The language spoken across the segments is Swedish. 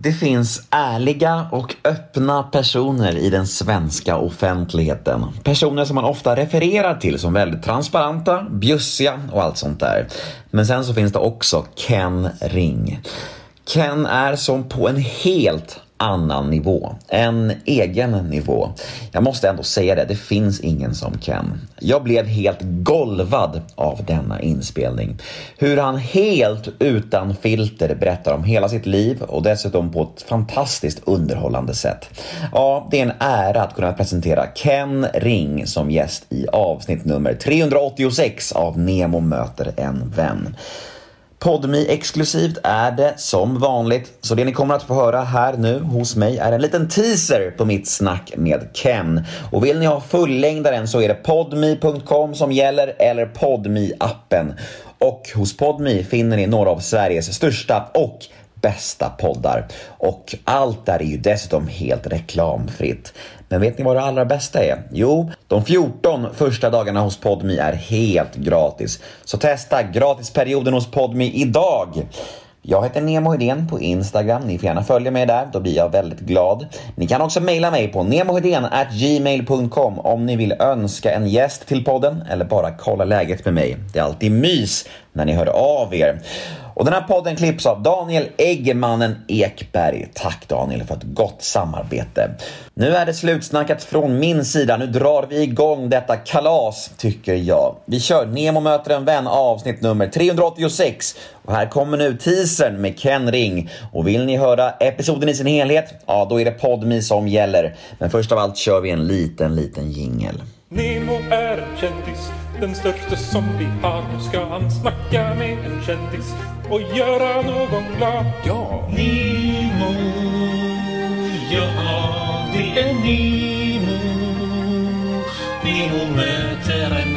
Det finns ärliga och öppna personer i den svenska offentligheten. Personer som man ofta refererar till som väldigt transparenta, bjussiga och allt sånt där. Men sen så finns det också Ken Ring. Ken är som på en helt annan nivå, en egen nivå. Jag måste ändå säga det finns ingen som Ken. Jag blev helt golvad av denna inspelning. Hur han helt utan filter berättar om hela sitt liv och dessutom på ett fantastiskt underhållande sätt. Ja, det är en ära att kunna presentera Ken Ring som gäst i avsnitt nummer 386 av Nemo möter en vän. Podmi exklusivt är det som vanligt, så det ni kommer att få höra här nu hos mig är en liten teaser på mitt snack med Ken. Och vill ni ha fullängdaren så är det podmi.com som gäller eller Podmi-appen. Och hos Podmi finner ni några av Sveriges största och bästa poddar. Och allt där är ju dessutom helt reklamfritt. Men vet ni vad det allra bästa är? Jo, de 14 första dagarna hos Podmi är helt gratis. Så testa gratisperioden hos Podmi idag. Jag heter Nemo Hedén på Instagram. Ni får gärna följa mig där, då blir jag väldigt glad. Ni kan också mejla mig på nemohedén@gmail.com om ni vill önska en gäst till podden eller bara kolla läget med mig. Det är alltid mys när ni hör av er. Och den här podden klipps av Daniel Eggemannen Ekberg. Tack Daniel för ett gott samarbete. Nu är det slutsnackat från min sida. Nu drar vi igång detta kalas, tycker jag. Vi kör Nemo möter en vän avsnitt nummer 386. Och här kommer nu teasern med Ken Ring. Och vill ni höra episoden i sin helhet, ja då är det Podmi som gäller. Men först av allt kör vi en liten jingle. Nemo är en kändis, den största som vi har. Nu ska han snacka med en kändis och göra någon glad. Ja, Nemo, ja det är Nemo. Nemo möter en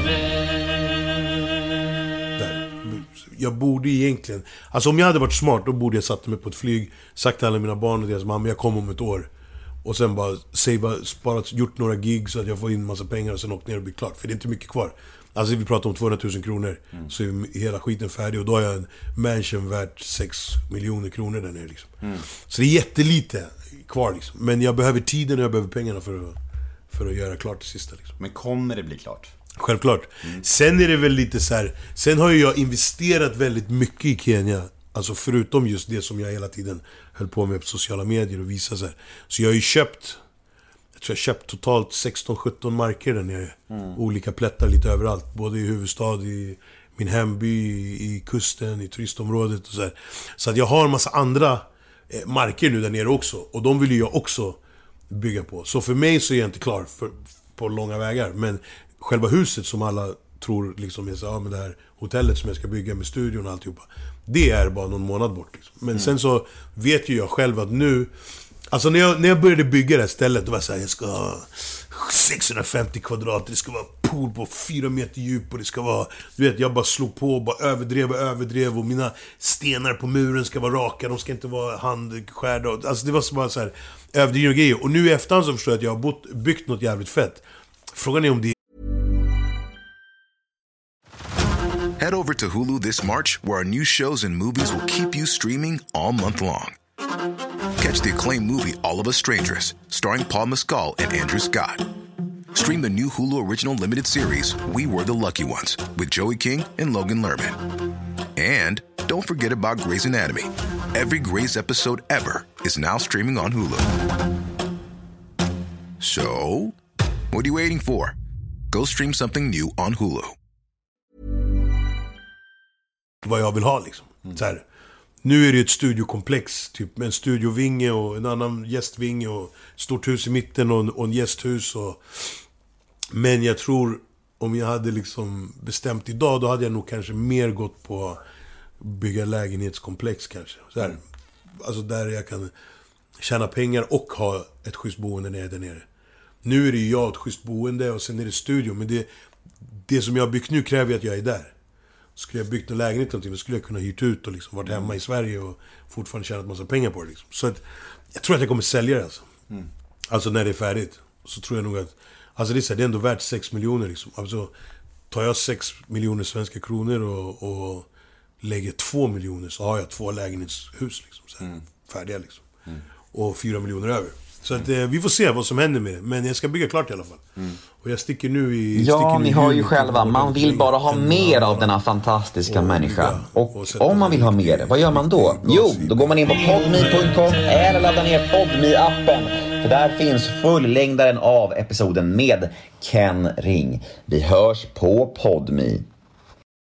vän. Jag borde egentligen, alltså om jag hade varit smart, då borde jag satt mig på ett flyg, sagt till alla mina barn och deras mamma, jag kommer om ett år. Och sen bara sparat, gjort några gig så att jag får in massa pengar och sen åkt ner och bli klart. För det är inte mycket kvar. Alltså vi pratar om 200 000 kronor. Så är hela skiten färdig. Och då har jag en mansion värt 6 miljoner kronor där nere liksom. Så det är jättelite kvar liksom. Men jag behöver tiden och jag behöver pengarna för att göra klart det sista liksom. Men kommer det bli klart? Självklart. Sen är det väl lite så här. Sen har ju jag investerat väldigt mycket i Kenya. Alltså förutom just det som jag hela tiden höll på med på sociala medier och visa så här. Så jag har ju köpt, jag tror jag köpt totalt 16-17 marker där nere. Olika plättar lite överallt. Både i huvudstad, i min hemby, i kusten, i turistområdet och så här. Så att jag har en massa andra marker nu där nere också. Och de vill ju jag också bygga på. Så för mig så är jag inte klar på långa vägar. Men själva huset som alla tror liksom är så, ja, men det här hotellet som jag ska bygga med studion och alltihopa, det är bara någon månad bort liksom. Men sen så vet ju jag själv att nu, alltså när jag började bygga det här stället, då var jag så här, jag ska ha 650 kvadrat, det ska vara pool på 4 meter djup och det ska vara, du vet, jag bara slog på och bara överdrev och mina stenar på muren ska vara raka, de ska inte vara handskärda, alltså det var bara så här överdrivna grejer. Och nu i efterhand så förstår jag att jag har byggt något jävligt fett. Frågan är om det. Head over to Hulu this March, where our new shows and movies will keep you streaming all month long. Catch the acclaimed movie All of Us Strangers, starring Paul Mescal and Andrew Scott. Stream the new Hulu original limited series We Were the Lucky Ones with Joey King and Logan Lerman. And don't forget about Grey's Anatomy. Every Grey's episode ever is now streaming on Hulu. So, what are you waiting for? Go stream something new on Hulu. Vad jag vill ha liksom. Så här. Nu är det ett studiokomplex typ med en studiovinge och en annan gästvinge och stort hus i mitten och en gästhus och... Men jag tror om jag hade liksom bestämt idag, då hade jag nog kanske mer gått på bygga lägenhetskomplex kanske. Så här. Alltså där jag kan tjäna pengar och ha ett schysst boende när jag är där nere. Nu är det ju jag ett schysst boende och sen är det studio, men det som jag har byggt nu kräver att jag är där. Skulle jag byggt en lägenhet någonting, då skulle jag kunna hyrt ut och liksom varit hemma i Sverige och fortfarande tjänat massa pengar på det liksom. Så att, jag tror att jag kommer sälja det alltså. Alltså när det är färdigt. Så tror jag nog att, alltså det är ändå värt 6 miljoner liksom. Alltså tar jag 6 miljoner svenska kronor och lägger 2 miljoner, så har jag 2 lägenhetshus liksom, så här, färdiga liksom. Och 4 miljoner över. Så att, vi får se vad som händer med det. Men jag ska bygga klart i alla fall. Och jag sticker nu i... Ja, ni hör ju själva. Man vill bara ha mer av denna fantastiska människa. Och om man vill ha mer, vad gör man då? Jo, då går man in på podme.com eller laddar ner Podme-appen. För där finns fullängdaren av episoden med Ken Ring. Vi hörs på Podme.